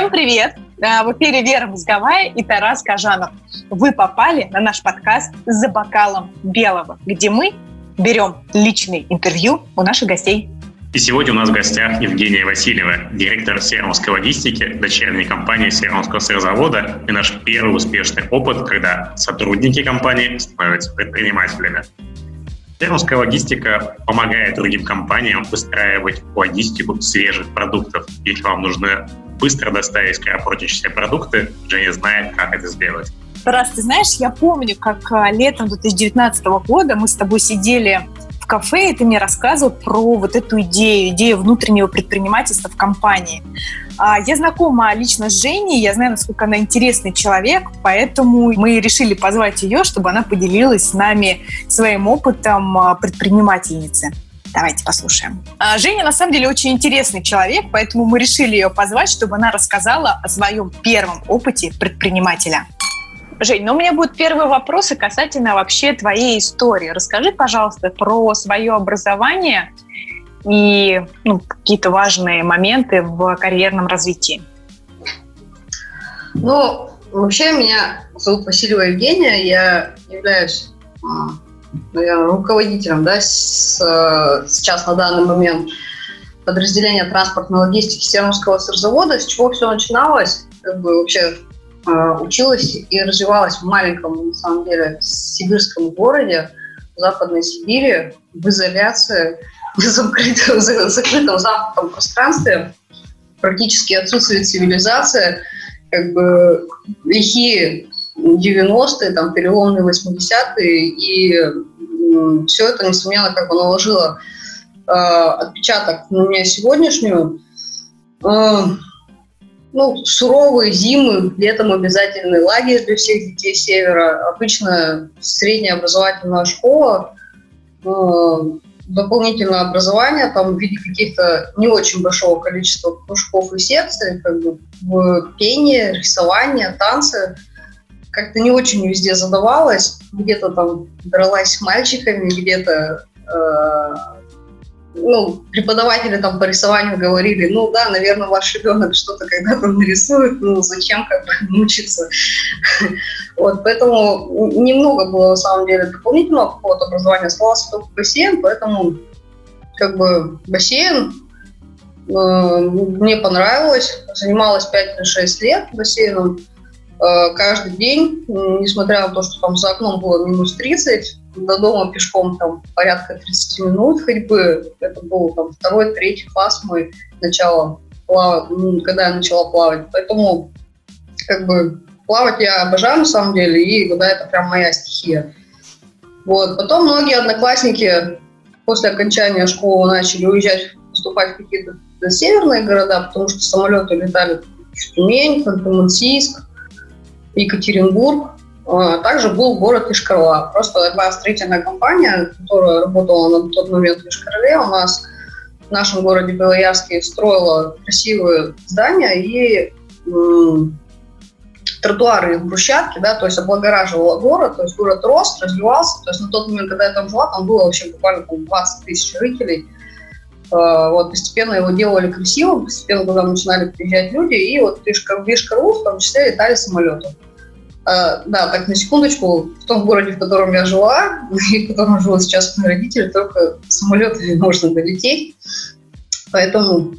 Всем привет! В эфире Вера Мозговая и Тарас Кажанов. Вы попали на наш подкаст «За бокалом белого», где мы берем личные интервью у наших гостей. И сегодня у нас в гостях Евгения Васильева, директор Северновской логистики, дочерней компании Северновского сырзавода, и наш первый успешный опыт, когда сотрудники компании становятся предпринимателями. Северновская логистика помогает другим компаниям выстраивать логистику свежих продуктов. Если вам нужно быстро доставить скоропортящиеся продукты, Женя знает, как это сделать. Тарас, ты знаешь, я помню, как летом 2019 года мы с тобой сидели в кафе, и ты мне рассказывал про вот эту идею внутреннего предпринимательства в компании. Я знакома лично с Женей, я знаю, насколько она интересный человек, поэтому мы решили позвать ее, чтобы она поделилась с нами своим опытом предпринимательницы. Давайте послушаем. Женя, на самом деле, очень интересный человек, поэтому мы решили ее позвать, чтобы она рассказала о своем первом опыте предпринимателя. Жень, у меня будут первые вопросы касательно вообще твоей истории. Расскажи, пожалуйста, про свое образование и какие-то важные моменты в карьерном развитии. Вообще меня зовут Васильева Евгения, я являюсь руководителем, сейчас на данный момент подразделения транспортной логистики Северновского сырзавода. С чего все начиналось? Вообще училась и развивалась в маленьком, на самом деле, сибирском городе, в Западной Сибири, в изоляции, в закрытом замкнутом пространстве. Практически отсутствует цивилизация, лихие 90-е, переломные 80-е, и все это, несомненно, наложило отпечаток на меня сегодняшнюю. Суровые зимы, летом обязательный лагерь для всех детей Севера, обычно средняя образовательная школа, дополнительное образование в виде каких-то не очень большого количества кружков и секций, в пение, рисование, танцы. Как-то не очень везде задавалось, где-то дралась с мальчиками, где-то преподаватели по рисованию говорили, наверное, ваш ребенок что-то когда-то нарисует, зачем мучиться. Поэтому немного было, на самом деле, дополнительного какого-то образования, оставался только бассейн, поэтому бассейн мне понравилось, занималась 5-6 лет бассейном, каждый день, несмотря на то, что за окном было минус 30, до дома пешком порядка 30 минут ходьбы. Это был 2-3 класс мой, когда я начала плавать. Поэтому плавать я обожаю на самом деле, и вода — это прям моя стихия. Потом многие одноклассники после окончания школы начали уезжать, поступать в какие-то северные города, потому что самолеты летали в Тюмень, Ханты-Мансийск, Екатеринбург. Также был город Йошкар-Ола. Просто одна строительная компания, которая работала на тот момент в Йошкар-Оле, у нас в нашем городе Белоярске строила красивые здания и тротуары из брусчатки, то есть облагораживала город, то есть город рос, развивался. То есть на тот момент, когда я там жила, там было вообще буквально 20 тысяч жителей. Постепенно его делали красиво, постепенно туда начинали приезжать люди, и в Йошкар-Олу в том числе летали самолеты. На секундочку, в том городе, в котором я жила, и в котором живут сейчас мои родители, только самолетами можно долететь. Поэтому,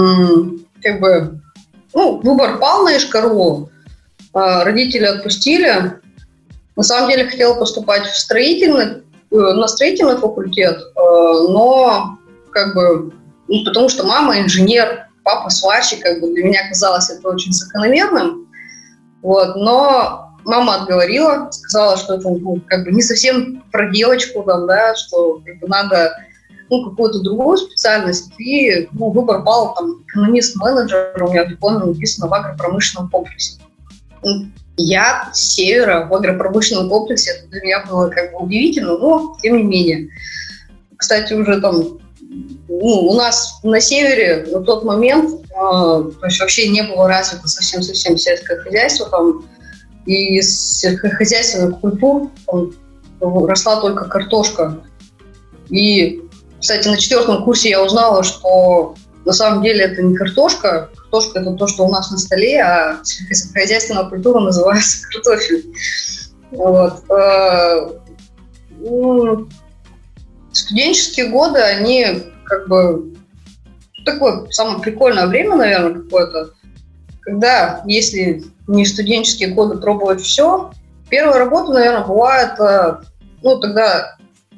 выбор пал на Йошкар-Олу. Родители отпустили. На самом деле хотела поступать на строительный факультет, но потому что мама инженер, папа сварщик, для меня казалось это очень закономерным. Но мама отговорила, сказала, что это не совсем про девочку, что надо какую-то другую специальность. И выбор пал экономист-менеджер, у меня в дипломе написано в агропромышленном комплексе. Я с севера в агропромышленном комплексе, это для меня было удивительно, но тем не менее. Кстати, уже у нас на севере на тот момент то есть вообще не было развито совсем сельское хозяйство, и из сельскохозяйственных культур росла только картошка. И, кстати, на 4 курсе я узнала, что на самом деле это не картошка. Картошка – это то, что у нас на столе, а сельскохозяйственная культура называется картофель. Вот. Студенческие годы, они как бы такое самое прикольное время, наверное, какое-то, когда, если не в студенческие годы пробовать все, первая работа, наверное, бывает, тогда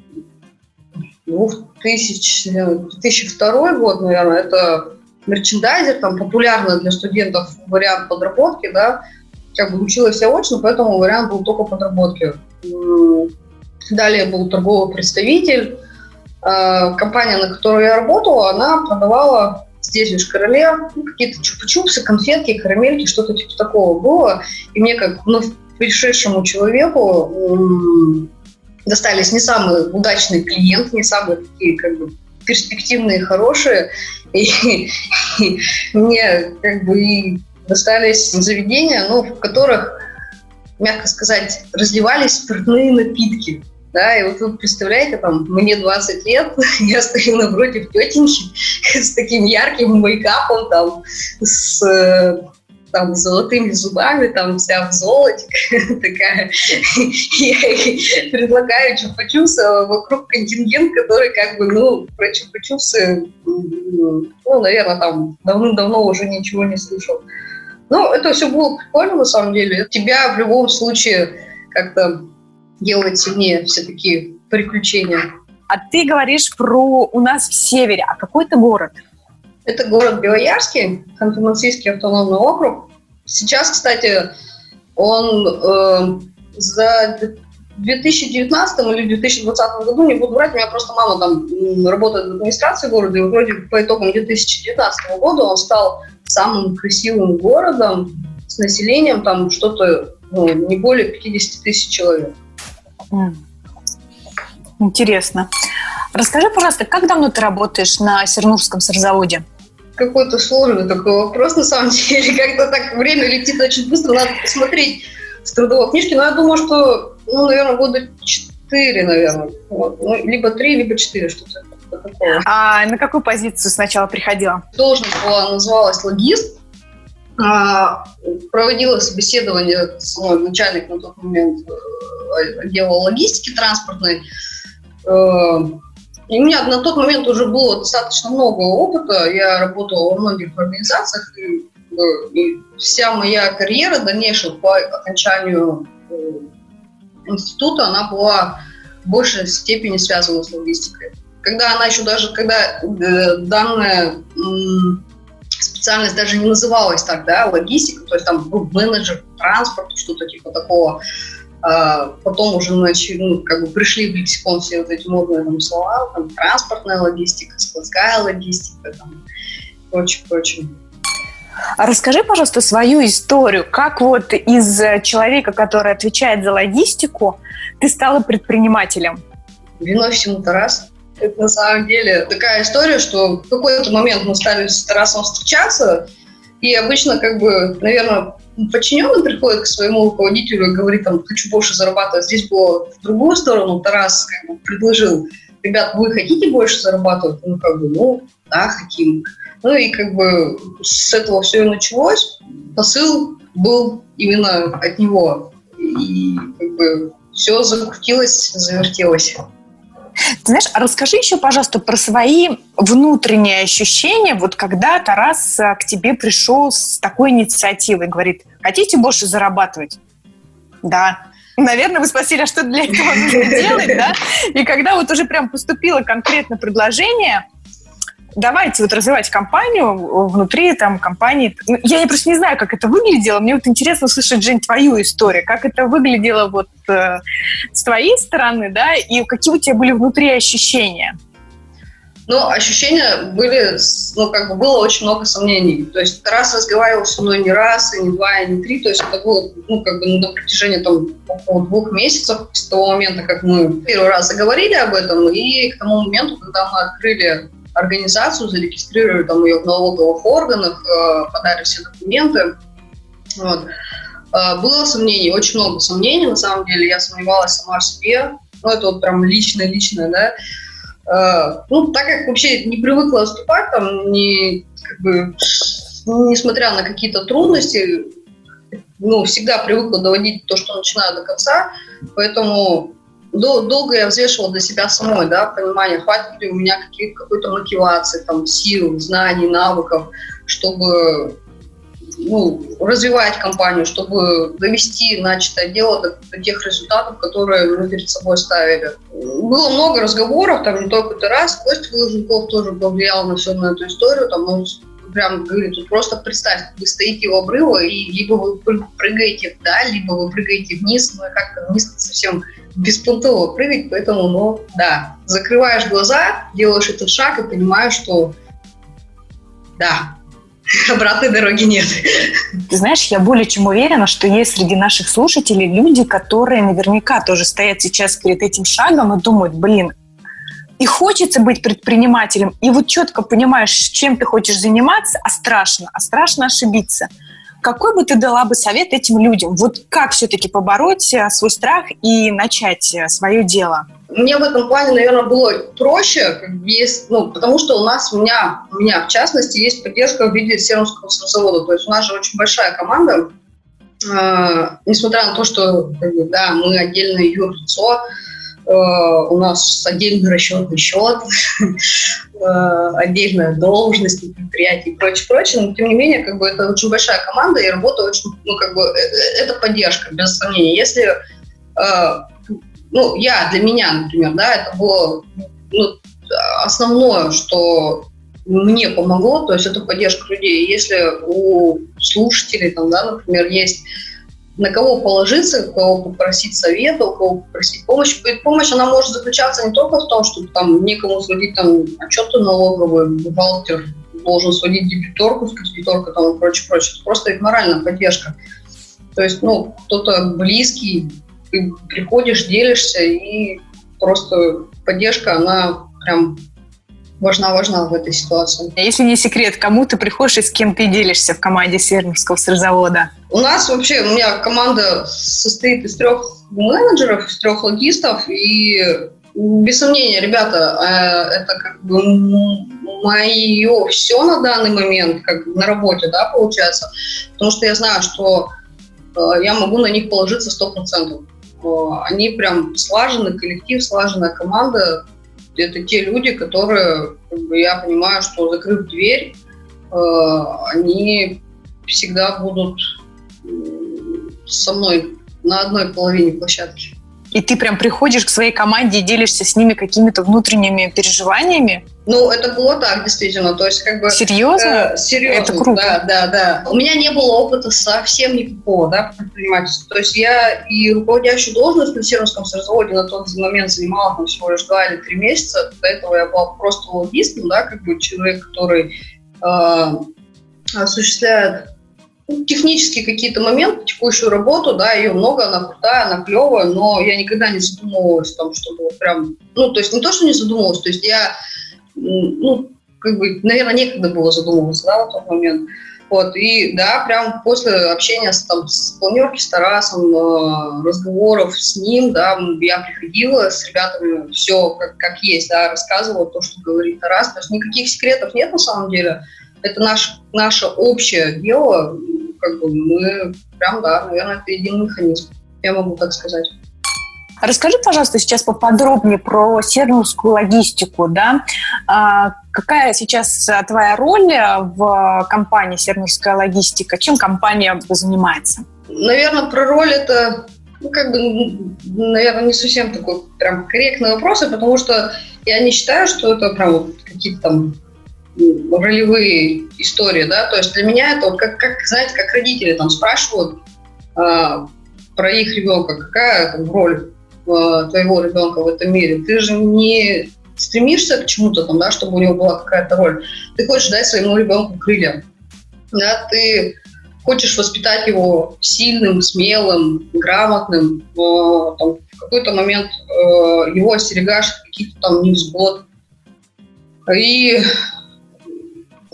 2002 год, наверное, это мерчендайзер, там популярный для студентов вариант подработки, да, как бы училась я очно, поэтому вариант был только подработки. Далее был торговый представитель. Компания, на которой я работала, она продавала здесь, в Йошкар-Оле, какие-то чупа-чупсы, конфетки, карамельки, что-то типа такого было. И мне, как вновь пришедшему человеку, достались не самые удачные клиенты, не самые такие как бы перспективные, хорошие. И мне как бы и достались заведения, в которых, мягко сказать, разливались спиртные напитки. Да, и вот вы представляете, там, мне 20 лет, я стою напротив тетеньки с таким ярким мейкапом, там, с золотыми зубами, там, вся в золоте такая. Я ей предлагаю чупа-чупсы, а вокруг контингент, который как бы, про чупа-чупсы, наверное, там давным-давно уже ничего не слышал. Это все было прикольно, на самом деле. Тебя в любом случае как-то делает сильнее все такие приключения. А ты говоришь про у нас в севере. А какой это город? Это город Белоярский, Ханты-Мансийский автономный округ. Сейчас, кстати, он за 2019 или 2020 году, не буду врать, у меня просто мама там работает в администрации города, и вроде по итогам 2019 года он стал самым красивым городом с населением там что-то не более 50 тысяч человек. Интересно. Расскажи, пожалуйста, как давно ты работаешь на Сернурском сырзаводе? Какой-то сложный такой вопрос, на самом деле. Как-то так время летит очень быстро, надо посмотреть в трудовой книжке. Но я думаю, что, наверное, года 4, наверное. Вот. Либо 3, либо 4, что-то такое. А на какую позицию сначала приходила? Должность была, называлась логист. Проводила собеседование с начальник на тот момент отдела логистики транспортной. И у меня на тот момент уже было достаточно много опыта. Я работала во многих организациях, и вся моя карьера дальнейшая по окончанию института, она была в большей степени связана с логистикой. Когда данная специальность даже не называлась так, да, логистика, то есть там был менеджер транспорта, что-то типа такого. Потом уже пришли в лексикон все вот эти модные слова, там, транспортная логистика, складская логистика, там, прочее. А расскажи, пожалуйста, свою историю. Как вот из человека, который отвечает за логистику, ты стала предпринимателем? Виной всему Тарас. Это на самом деле такая история, что в какой-то момент мы стали с Тарасом встречаться, и обычно, наверное, подчиненный приходит к своему руководителю и говорит, хочу больше зарабатывать. Здесь было в другую сторону. Тарас предложил, ребят, вы хотите больше зарабатывать? Да, хотим. И с этого все и началось. Посыл был именно от него. И все закрутилось, завертелось. Ты знаешь, а расскажи еще, пожалуйста, про свои внутренние ощущения, вот когда Тарас к тебе пришел с такой инициативой, говорит, хотите больше зарабатывать? Да. Наверное, вы спросили, а что для этого нужно делать, да? И когда вот уже прям поступило конкретное предложение, давайте вот развивать компанию внутри компании. Я просто не знаю, как это выглядело. Мне вот интересно услышать, Жень, твою историю. Как это выглядело вот с твоей стороны, да, и какие у тебя были внутри ощущения? Ощущения были, было очень много сомнений. То есть Тарас разговаривал со мной не раз, и не два, и не три. То есть это было, на протяжении около 2 месяцев с того момента, как мы первый раз заговорили об этом, и к тому моменту, когда мы открыли организацию, зарегистрировали ее в налоговых органах, подали все документы. Вот. Было сомнений, очень много сомнений, на самом деле. Я сомневалась сама в себе. Это вот прям личное, да. Ну, так как вообще не привыкла выступать, там, несмотря на какие-то трудности, ну, всегда привыкла доводить то, что начинаю, до конца, поэтому долго я взвешивала для себя самой, да, понимание, хватит ли у меня какой-то мотивации, там, сил, знаний, навыков, чтобы, ну, развивать компанию, чтобы довести начатое дело до тех результатов, которые мы перед собой ставили. Было много разговоров, там, не только ты раз, Костя Волженков тоже повлиял на всю на эту историю, там, он прям говорит, тут просто представьте, вы стоите у обрыва, и либо вы прыгаете вдаль, либо вы прыгаете вниз, но как-то вниз совсем беспонтово прыгать, поэтому, ну, да, закрываешь глаза, делаешь этот шаг и понимаешь, что да, обратной дороги нет. Ты знаешь, я более чем уверена, что есть среди наших слушателей люди, которые наверняка тоже стоят сейчас перед этим шагом и думают, блин, и хочется быть предпринимателем, и вот четко понимаешь, чем ты хочешь заниматься, а страшно ошибиться. Какой бы ты дала бы совет этим людям? Вот как все-таки побороть свой страх и начать свое дело? Мне в этом плане, наверное, было проще, потому что у меня в частности есть поддержка в виде Сермского сырзавода. То есть у нас же очень большая команда, несмотря на то, что да, мы отдельное юрлицо, у нас отдельный расчетный счет, отдельная должность на предприятии и прочее, но тем не менее, это очень большая команда, и работа очень, это поддержка, без сомнения. Если, для меня, например, да, это было основное, что мне помогло, то есть это поддержка людей. Если у слушателей, например, есть на кого положиться, у кого попросить совета, у кого попросить помощи. Помощь, она может заключаться не только в том, что там некому сводить отчеты налоговые, бухгалтер должен сводить дебиторку с кредиторкой и прочее. Это просто их моральная поддержка. То есть, кто-то близкий, ты приходишь, делишься, и просто поддержка, она прям важна в этой ситуации. Если не секрет, кому ты приходишь и с кем ты делишься в команде Сермского сырзавода? У меня команда состоит из 3 менеджеров, из 3 логистов, и без сомнения, ребята, это мое все на данный момент, на работе, да, получается, потому что я знаю, что я могу на них положиться 100%. Они прям слаженный коллектив, слаженная команда. Это те люди, которые, я понимаю, что, закрыв дверь, они всегда будут со мной на одной половине площадки. И ты прям приходишь к своей команде и делишься с ними какими-то внутренними переживаниями? Это было так, действительно. То есть, Серьезно? Серьезно, это круто. Да. У меня не было опыта совсем никакого, да, предпринимательства. То есть я и руководящую должность на Сермском сырзаводе на тот момент занимала всего лишь 2 или 3 месяца. До этого я была просто логистом, да, человек, который осуществляет технические какие-то моменты, текущую работу, да, ее много, она крутая, она клевая, но я никогда не задумывалась о том, чтобы прям, то есть не то, что не задумывалась, то есть я, наверное, некогда было задумываться, да, в тот момент. И да, прям после общения с планерки с Тарасом, разговоров с ним, да, я приходила с ребятами, все как есть, да, рассказывала то, что говорит Тарас, то есть никаких секретов нет на самом деле, это наше общее дело, мы прям, да, наверное, это единый механизм, я могу так сказать. Расскажи, пожалуйста, сейчас поподробнее про сермскую логистику, да? Какая сейчас твоя роль в компании «Сермская логистика»? Чем компания занимается? Наверное, про роль это, наверное, не совсем такой прям корректный вопрос, потому что я не считаю, что это прям какие-то ролевые истории, да, то есть для меня это знаете, как родители спрашивают про их ребенка, какая роль твоего ребенка в этом мире. Ты же не стремишься к чему-то да, чтобы у него была какая-то роль. Ты хочешь дать своему ребенку крылья, да, ты хочешь воспитать его сильным, смелым, грамотным, в какой-то момент его остерегаешь от каких-то невзгод. И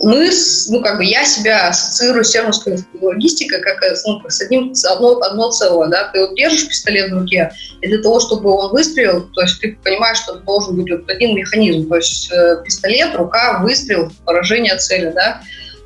я себя ассоциирую с сервисной логистикой как с одно целое, да, ты вот держишь пистолет в руке, и для того, чтобы он выстрелил, то есть ты понимаешь, что это должен быть вот один механизм, то есть пистолет, рука, выстрел, поражение цели, да.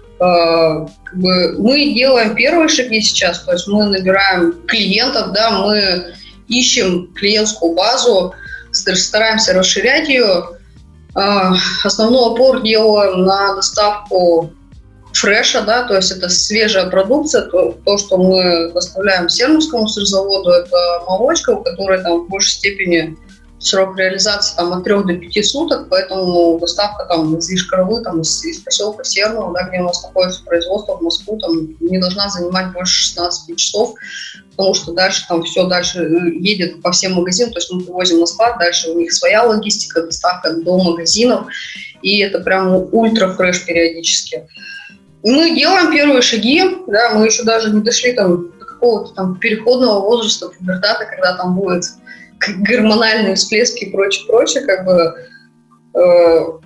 Мы делаем первые шаги сейчас, то есть мы набираем клиентов, да, мы ищем клиентскую базу, стараемся расширять ее. Основной упор делаем на доставку фреша, да, то есть это свежая продукция, то, что мы доставляем Сермскому сырзаводу, это молочка, у которой там в большей степени срок реализации там, от 3 до 5 суток, поэтому доставка там, из Йошкар-Олы, из поселка Серного, да, где у нас находится производство в Москву, там, не должна занимать больше 16 часов, потому что дальше там все дальше едет по всем магазинам, то есть мы привозим на склад, дальше у них своя логистика, доставка до магазинов, и это прям ультра-фреш периодически. Мы делаем первые шаги, да, мы еще даже не дошли там, до какого-то там переходного возраста, пубертата, когда там будет гормональные всплески и прочее, как бы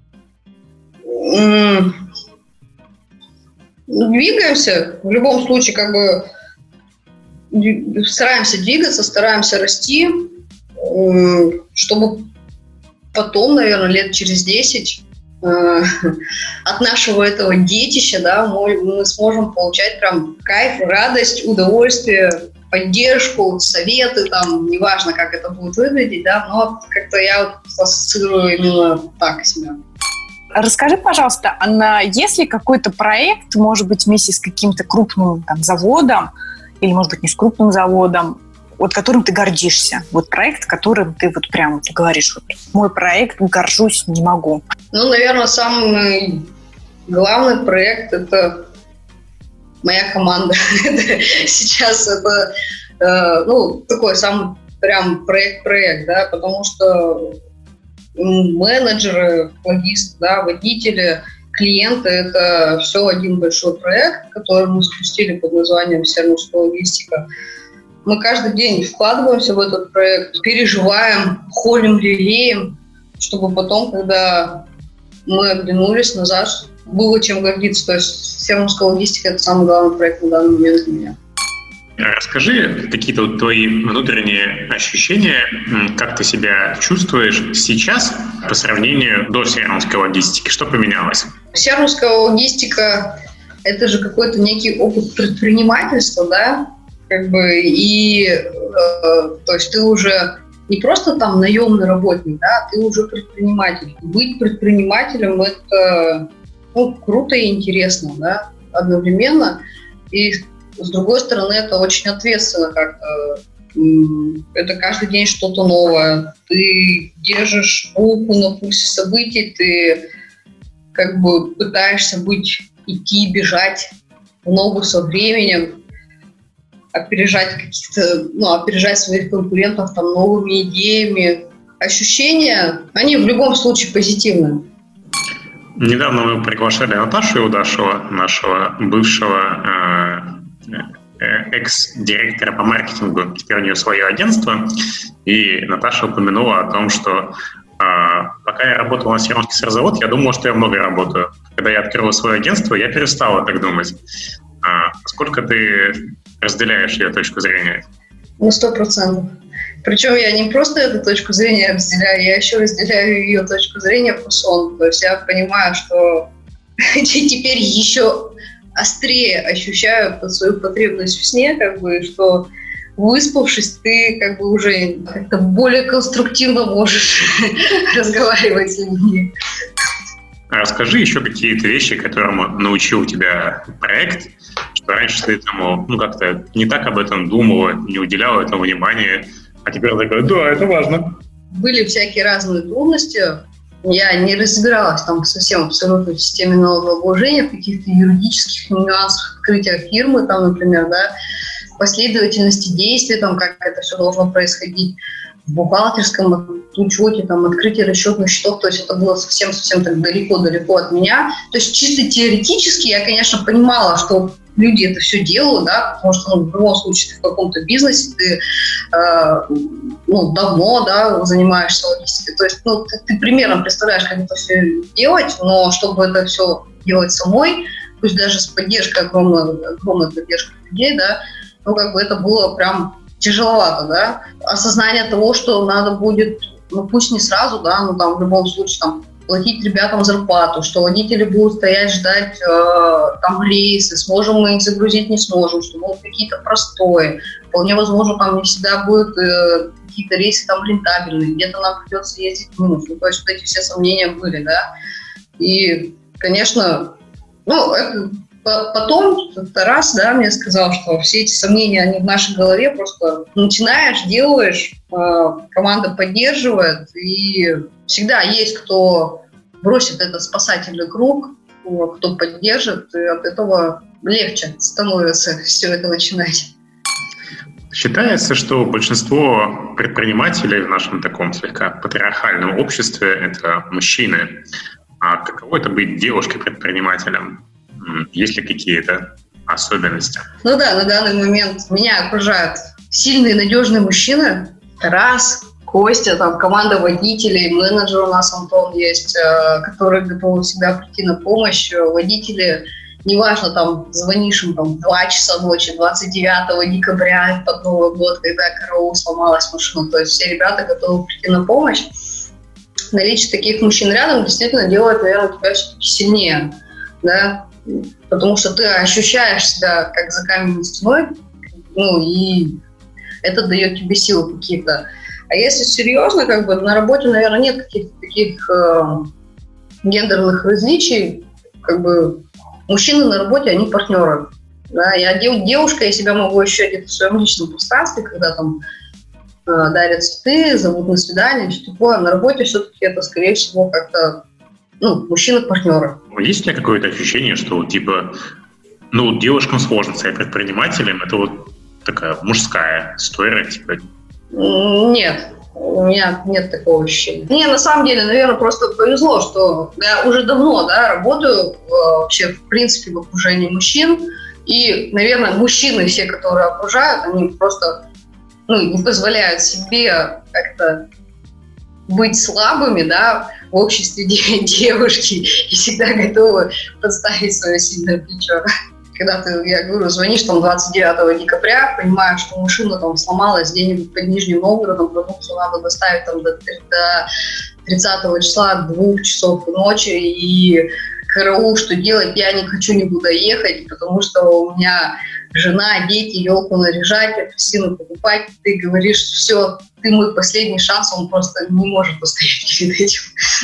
двигаемся, в любом случае, как бы стараемся двигаться, стараемся расти, чтобы потом, наверное, лет через 10 от нашего этого детища, да, мы сможем получать прям кайф, радость, удовольствие, поддержку, советы, там, неважно, как это будет выглядеть, да, но как-то я вот ассоциирую именно так себя. Расскажи, пожалуйста, есть ли какой-то проект, может быть, вместе с каким-то крупным там, заводом, или, может быть, не с крупным заводом, вот которым ты гордишься? Вот проект, которым ты вот прямо ты говоришь, вот, мой проект, горжусь, не могу. Ну, наверное, самый главный проект – это моя команда. Сейчас это, такой самый прям проект, да, потому что менеджеры, логисты, да, водители, клиенты – это все один большой проект, который мы запустили под названием «Сермская логистика». Мы каждый день вкладываемся в этот проект, переживаем, холим, лелеем, чтобы потом, когда мы оглянулись назад, было чем гордиться. То есть Сермская логистика – это самый главный проект на данный момент для меня. Расскажи какие-то вот твои внутренние ощущения, как ты себя чувствуешь сейчас по сравнению до Сермской логистики. Что поменялось? Сермская логистика – это же какой-то некий опыт предпринимательства, да? Как бы, то есть ты уже не просто там наемный работник, да, ты уже предприниматель. Быть предпринимателем – это круто и интересно, да, одновременно. И с другой стороны, это очень ответственно как-то. Это каждый день что-то новое. Ты держишь руку на пульсе событий, ты как бы пытаешься идти, бежать в ногу со временем, опережать своих конкурентов там, новыми идеями. Ощущения, они в любом случае позитивные. Недавно мы приглашали Наташу Иудашева, нашего бывшего экс-директора по маркетингу. Теперь у нее свое агентство. И Наташа упомянула о том, что пока я работала на Сермский сырзавод, я думала, что я много работаю. Когда я открыла свое агентство, я перестала так думать. Сколько ты разделяешь ее точку зрения? 100%. Причем я не просто эту точку зрения разделяю, я еще разделяю ее точку зрения по сону. То есть я понимаю, что теперь еще острее ощущаю свою потребность в сне, как бы, что выспавшись, ты как бы уже как-то более конструктивно можешь разговаривать с людьми. Расскажи еще какие-то вещи, которому научил тебя проект, что раньше ты как-то не так об этом думала, не уделяла этому внимания, а теперь такой, да, это важно. Были всякие разные трудности. Я не разбиралась там совсем абсолютно в системе налогообложения, в каких-то юридических нюансах открытия фирмы, там, например, да, последовательности действий, там, как это все должно происходить, в бухгалтерском учете, там, открытие расчетных счетов, то есть это было совсем так далеко от меня. То есть чисто теоретически я, конечно, понимала, что люди это все делают, да, потому что в любом случае ты в каком-то бизнесе, ты давно, да, занимаешься логистикой. То есть ты примерно представляешь, как это все делать, но чтобы это все делать самой, пусть даже с поддержкой, огромной поддержкой людей, да, это было прям тяжеловато, да. Осознание того, что надо будет, пусть не сразу, да, но там в любом случае платить ребятам зарплату, что водители будут стоять, ждать рейсы, сможем мы их загрузить, не сможем, что будут какие-то простои. Вполне возможно, не всегда будут какие-то рейсы рентабельные, где-то нам придется ездить в минус. То есть эти все сомнения были, да. И, конечно, потом Тарас, да, мне сказал, что все эти сомнения, они в нашей голове, просто начинаешь, делаешь, команда поддерживает, и всегда есть кто бросит этот спасательный круг, кто поддержит, и от этого легче становится все это начинать. Считается, что большинство предпринимателей в нашем таком слегка патриархальном обществе – это мужчины. А каково это быть девушкой-предпринимателем? Есть ли какие-то особенности? На данный момент меня окружают сильные, надежные мужчины. Тарас, Костя, команда водителей, менеджер у нас Антон есть, который готов всегда прийти на помощь. Водители, неважно, звонишь им в 2 часа ночи, 29 декабря под Новый год, когда караул сломалась машина. То есть все ребята готовы прийти на помощь. Наличие таких мужчин рядом действительно делает, наверное, тебя все-таки сильнее, да, потому что ты ощущаешь себя как за каменной стеной, и это дает тебе силы какие-то. А если серьезно, на работе, наверное, нет каких-то таких гендерных различий, мужчины на работе, они партнеры. Да? Я девушка, я себя могу ощущать где-то в своем личном пространстве, когда дарят цветы, зовут на свидание, что такое. На работе все-таки это, скорее всего, как-то мужчины-партнеры. Есть ли какое-то ощущение, что девушкам сложно стать предпринимателем, это такая мужская история? Нет, у меня нет такого ощущения. Мне на самом деле, наверное, просто повезло, что я уже давно, да, работаю вообще, в принципе, в окружении мужчин, и, наверное, мужчины все, которые окружают, они просто не позволяют себе как-то быть слабыми, да, в обществе девушки, и всегда готовы подставить свое сильное плечо. Когда ты, я говорю, звонишь 29 декабря, понимаешь, что машина сломалась где-нибудь под Нижним Новгородом, продукцию надо доставить до 30 числа, 2 часов ночи, и караул, что делать, я не хочу никуда ехать, потому что у меня жена, дети, елку наряжать, апельсины покупать, ты говоришь, все, ты мой последний шанс, он просто не может устоять перед этим.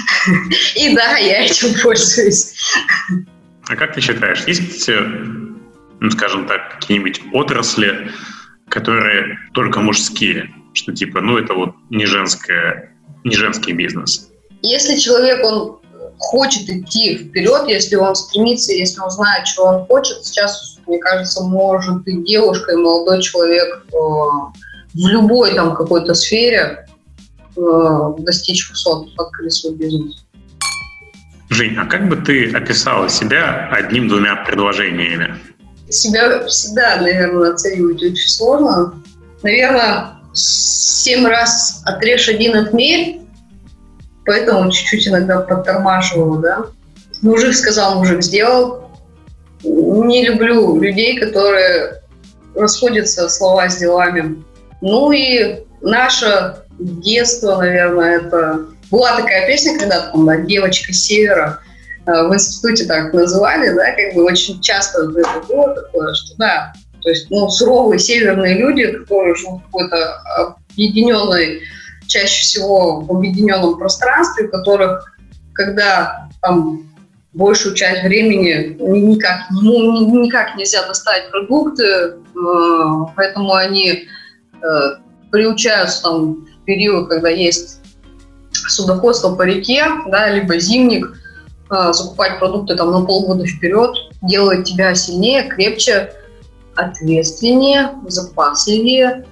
И да, я этим пользуюсь. А как ты считаешь, есть, скажем так, какие-нибудь отрасли, которые только мужские, что это не женский бизнес? Если человек, он хочет идти вперед, если он стремится, если он знает, что он хочет, сейчас, мне кажется, может и девушка, и молодой человек в любой какой-то сфере достичь высот, открыть свой бизнес. Жень, а как бы ты описала себя 1-2 предложениями? Себя всегда, наверное, оценивать очень сложно. Наверное, 7 раз отрежь 1 отмерь, поэтому чуть-чуть иногда подтормаживаю, да. Мужик сказал, мужик сделал. Не люблю людей, которые расходятся слова с делами. И наше детство, наверное, это... Была такая песня когда-то, «Девочка с севера». В институте так называли, да, очень часто это было такое, что да, то есть, суровые северные люди, которые живут в какой-то объединенной, чаще всего в объединенном пространстве, у которых, когда большую часть времени никак нельзя доставить продукты, поэтому они приучаются в период, когда есть судоходство по реке, да, либо зимник, закупать продукты на полгода вперед, делает тебя сильнее, крепче, ответственнее, запасливее.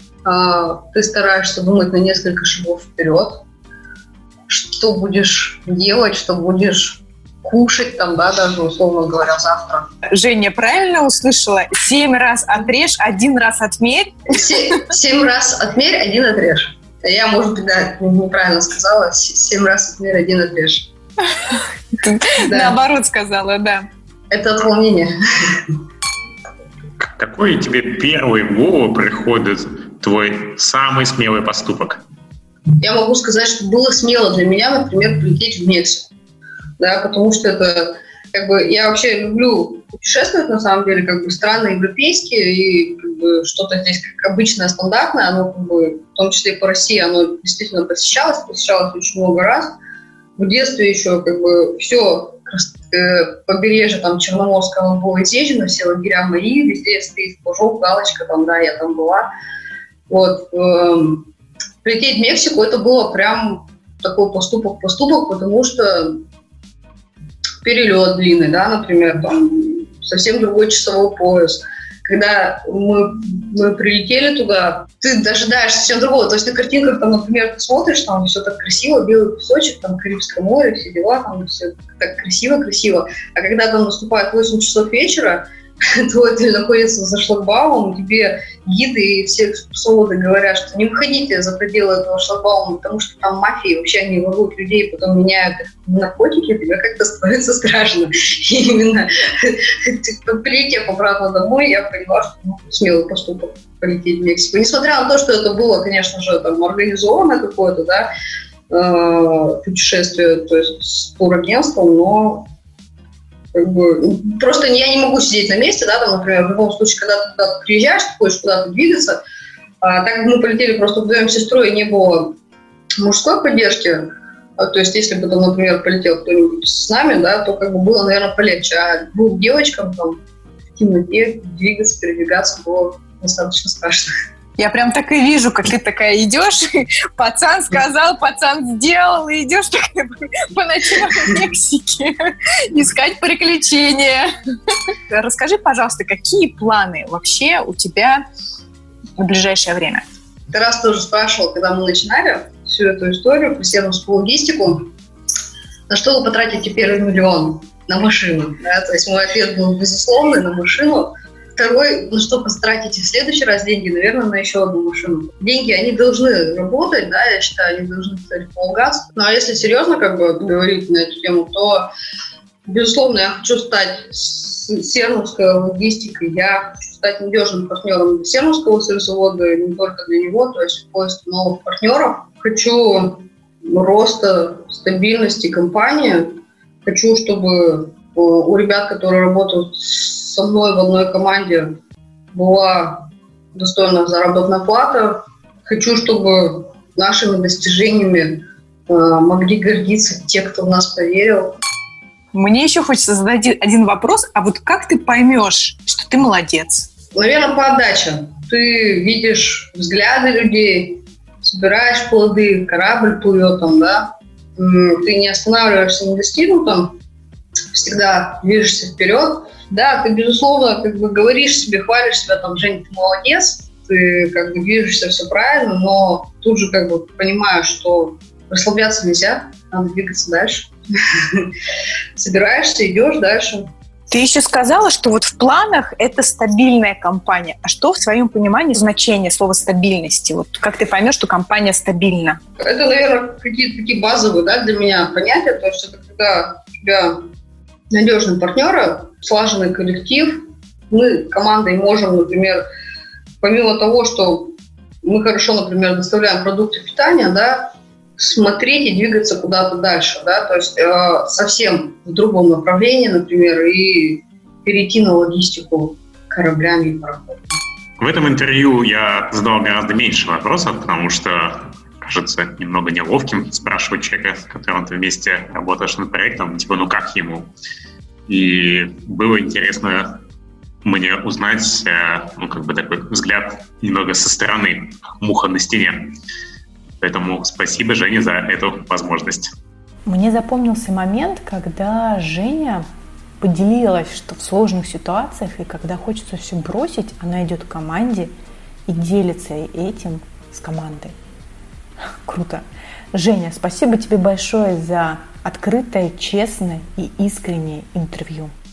Ты стараешься думать на несколько шагов вперед, что будешь делать, что будешь кушать там, да, даже, условно говоря, завтра. Женя, правильно услышала? 7 раз отрежь, 1 раз отмерь. 7 раз отмерь, 1 отрежь. Я, может быть, да, неправильно сказала. 7 раз отмерь, 1 отрежь. Наоборот сказала, да. Это от волнения. Какой тебе первый в голову приходит твой самый смелый поступок? Я могу сказать, что было смело для меня, например, прилететь в Мексику. Да, потому что это, как бы, я вообще люблю путешествовать, на самом деле, как бы, страны европейские, и как бы, что-то здесь как обычное, стандартное, оно, как бы, в том числе и по России, оно действительно посещалось очень много раз. В детстве еще, как бы, все побережье там Черноморского было изъезжено, все лагеря мои, везде стоит флажок, галочка, там, да, я там была. Вот. Прилететь в Мексику, это было прям такой поступок, потому что перелет длинный, да, например, там совсем другой часовой пояс. Когда мы прилетели туда, ты дожидаешься совсем другого. То есть на картинках, там, например, ты смотришь, там все так красиво, белый песочек, там Карибское море, все дела, там все так красиво. А когда там наступает 8 часов вечера, то ты находишься за шлагбаумом, тебе гиды и все экскурсоводы говорят, что не выходите за пределы этого шлагбаума, потому что там мафии, вообще они воруют людей, потом меняют их на наркотики, тебе как-то становится страшно. И именно прилетев обратно домой, я поняла, что смелый поступок полететь в Мексику. Несмотря на то, что это было, конечно же, там организованное какое-то, да, путешествие, то есть с турагентством, но как бы, просто я не могу сидеть на месте, да, там, например, в любом случае, когда ты куда-то приезжаешь, ты хочешь куда-то двигаться, так как мы полетели просто вдвоем с сестрой, и не было мужской поддержки, то есть если бы, там, например, полетел кто-нибудь с нами, да, то как бы было, наверное, полегче, а двум девочкам там в темноте двигаться, передвигаться было достаточно страшно. Я прям так и вижу, как ты такая идешь, пацан сказал, пацан сделал, и идешь такая по ночам в Мексике искать приключения. Расскажи, пожалуйста, какие планы вообще у тебя в ближайшее время? Ты раз тоже спрашивал, когда мы начинали всю эту историю про сервисскую логистику, на что вы потратите первый миллион? На машину. Да? То есть мой ответ был безусловный, на машину. Второй, на что потратите в следующий раз деньги, наверное, на еще одну машину. Деньги, они должны работать, да, я считаю, они должны стать полгаз. Ну, а если серьезно, как бы, говорить на эту тему, то, безусловно, я хочу стать серновской логистикой, я хочу стать надежным партнером для серновского сырзавода, не только для него, то есть в поиске новых партнеров. Хочу роста, стабильности компании, хочу, чтобы у ребят, которые работают со мной в одной команде, была достойная заработная плата. Хочу, чтобы нашими достижениями могли гордиться те, кто в нас поверил. Мне еще хочется задать один вопрос. А вот как ты поймешь, что ты молодец? Наверное, по отдаче. Ты видишь взгляды людей, собираешь плоды, корабль плывет там, да. Ты не останавливаешься на достигнутом, всегда движешься вперед. Да, ты, безусловно, как бы говоришь себе, хвалишь себя, там, Жень, ты молодец, ты как бы движешься все правильно, но тут же как бы понимаешь, что расслабляться нельзя, надо двигаться дальше. Собираешься, идешь дальше. Ты еще сказала, что вот в планах это стабильная компания. А что в своем понимании значение слова стабильности? Вот как ты поймешь, что компания стабильна? Это, наверное, какие-то такие базовые, да, для меня понятия. То есть это когда у тебя надежные партнеры, слаженный коллектив. Мы командой можем, например, помимо того, что мы хорошо, например, доставляем продукты питания, да, смотреть и двигаться куда-то дальше, да, то есть совсем в другом направлении, например, и перейти на логистику кораблями и пароходами. В этом интервью я задал гораздо меньше вопросов, потому что кажется немного неловким спрашивать человека, с которым ты вместе работаешь над проектом, типа, ну как ему? И было интересно мне узнать, ну, как бы такой взгляд немного со стороны, муха на стене. Поэтому спасибо, Жене, за эту возможность. Мне запомнился момент, когда Женя поделилась, что в сложных ситуациях и когда хочется все бросить, она идет к команде и делится этим с командой. Круто. Женя, спасибо тебе большое за открытое, честное и искреннее интервью.